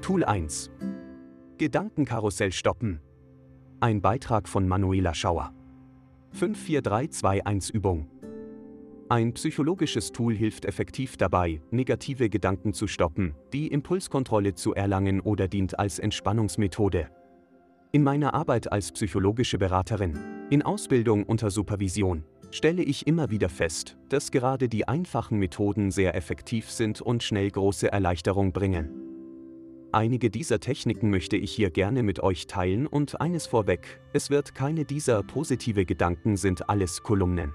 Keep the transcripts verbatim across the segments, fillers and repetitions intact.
Tool eins. Gedankenkarussell stoppen. Ein Beitrag von Manuela Schauer. fünf vier drei zwei eins Übung. Ein psychologisches Tool hilft effektiv dabei, negative Gedanken zu stoppen, die Impulskontrolle zu erlangen oder dient als Entspannungsmethode. In meiner Arbeit als psychologische Beraterin, in Ausbildung unter Supervision, stelle ich immer wieder fest, dass gerade die einfachen Methoden sehr effektiv sind und schnell große Erleichterung bringen. Einige dieser Techniken möchte ich hier gerne mit euch teilen und eines vorweg, es wird keine dieser positive Gedanken sind alles Kolumnen.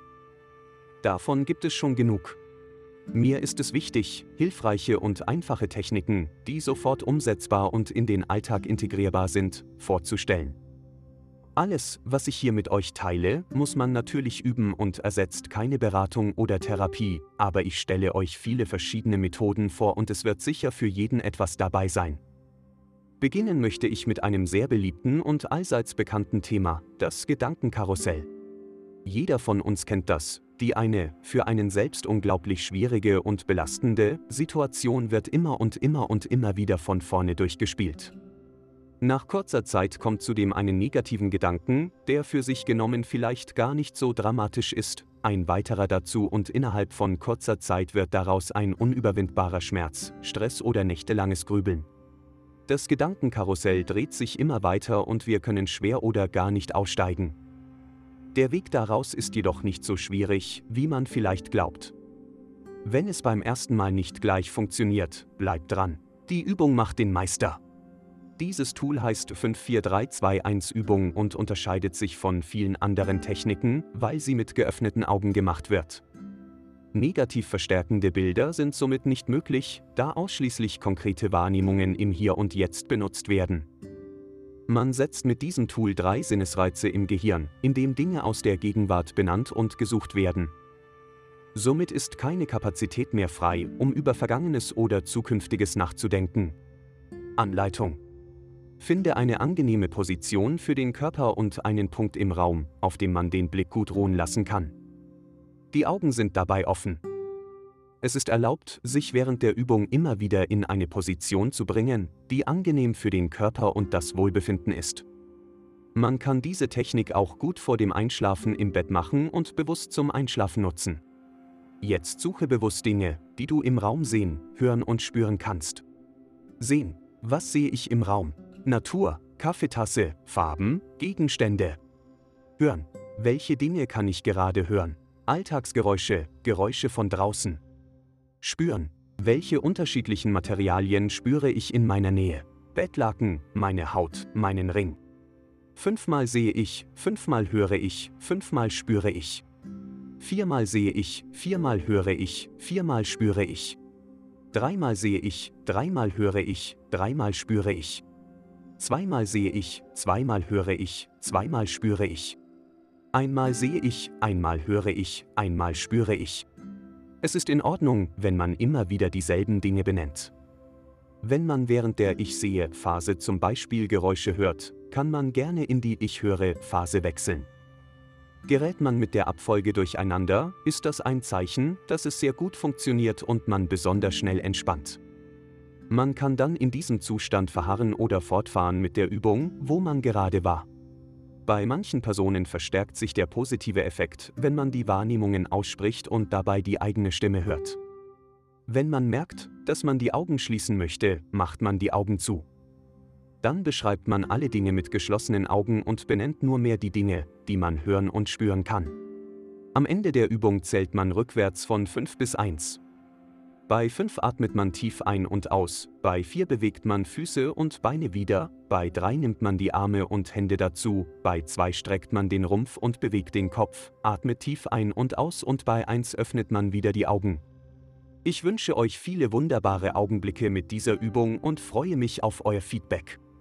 Davon gibt es schon genug. Mir ist es wichtig, hilfreiche und einfache Techniken, die sofort umsetzbar und in den Alltag integrierbar sind, vorzustellen. Alles, was ich hier mit euch teile, muss man natürlich üben und ersetzt keine Beratung oder Therapie, aber ich stelle euch viele verschiedene Methoden vor und es wird sicher für jeden etwas dabei sein. Beginnen möchte ich mit einem sehr beliebten und allseits bekannten Thema, das Gedankenkarussell. Jeder von uns kennt das. Die eine, für einen selbst unglaublich schwierige und belastende, Situation wird immer und immer und immer wieder von vorne durchgespielt. Nach kurzer Zeit kommt zudem einen negativen Gedanken, der für sich genommen vielleicht gar nicht so dramatisch ist, ein weiterer dazu und innerhalb von kurzer Zeit wird daraus ein unüberwindbarer Schmerz, Stress oder nächtelanges Grübeln. Das Gedankenkarussell dreht sich immer weiter und wir können schwer oder gar nicht aussteigen. Der Weg daraus ist jedoch nicht so schwierig, wie man vielleicht glaubt. Wenn es beim ersten Mal nicht gleich funktioniert, bleibt dran. Die Übung macht den Meister. Dieses Tool heißt fünf vier drei zwei eins Übung und unterscheidet sich von vielen anderen Techniken, weil sie mit geöffneten Augen gemacht wird. Negativ verstärkende Bilder sind somit nicht möglich, da ausschließlich konkrete Wahrnehmungen im Hier und Jetzt benutzt werden. Man setzt mit diesem Tool drei Sinnesreize im Gehirn, indem Dinge aus der Gegenwart benannt und gesucht werden. Somit ist keine Kapazität mehr frei, um über Vergangenes oder Zukünftiges nachzudenken. Anleitung: Finde eine angenehme Position für den Körper und einen Punkt im Raum, auf dem man den Blick gut ruhen lassen kann. Die Augen sind dabei offen. Es ist erlaubt, sich während der Übung immer wieder in eine Position zu bringen, die angenehm für den Körper und das Wohlbefinden ist. Man kann diese Technik auch gut vor dem Einschlafen im Bett machen und bewusst zum Einschlafen nutzen. Jetzt suche bewusst Dinge, die du im Raum sehen, hören und spüren kannst. Sehen: Was sehe ich im Raum? Natur, Kaffeetasse, Farben, Gegenstände. Hören: Welche Dinge kann ich gerade hören? Alltagsgeräusche, Geräusche von draußen. Spüren: Welche unterschiedlichen Materialien spüre ich in meiner Nähe? Bettlaken, meine Haut, meinen Ring. Fünfmal sehe ich, fünfmal höre ich, fünfmal spüre ich. Viermal sehe ich, viermal höre ich, viermal spüre ich. Dreimal sehe ich, dreimal höre ich, dreimal spüre ich. Zweimal sehe ich, zweimal höre ich, zweimal spüre ich. Einmal sehe ich, einmal höre ich, einmal spüre ich. Es ist in Ordnung, wenn man immer wieder dieselben Dinge benennt. Wenn man während der Ich-sehe-Phase zum Beispiel Geräusche hört, kann man gerne in die Ich-höre-Phase wechseln. Gerät man mit der Abfolge durcheinander, ist das ein Zeichen, dass es sehr gut funktioniert und man besonders schnell entspannt. Man kann dann in diesem Zustand verharren oder fortfahren mit der Übung, wo man gerade war. Bei manchen Personen verstärkt sich der positive Effekt, wenn man die Wahrnehmungen ausspricht und dabei die eigene Stimme hört. Wenn man merkt, dass man die Augen schließen möchte, macht man die Augen zu. Dann beschreibt man alle Dinge mit geschlossenen Augen und benennt nur mehr die Dinge, die man hören und spüren kann. Am Ende der Übung zählt man rückwärts von fünf bis eins. Bei fünf atmet man tief ein und aus, bei vier bewegt man Füße und Beine wieder, bei drei nimmt man die Arme und Hände dazu, bei zwei streckt man den Rumpf und bewegt den Kopf, atmet tief ein und aus und bei eins öffnet man wieder die Augen. Ich wünsche euch viele wunderbare Augenblicke mit dieser Übung und freue mich auf euer Feedback.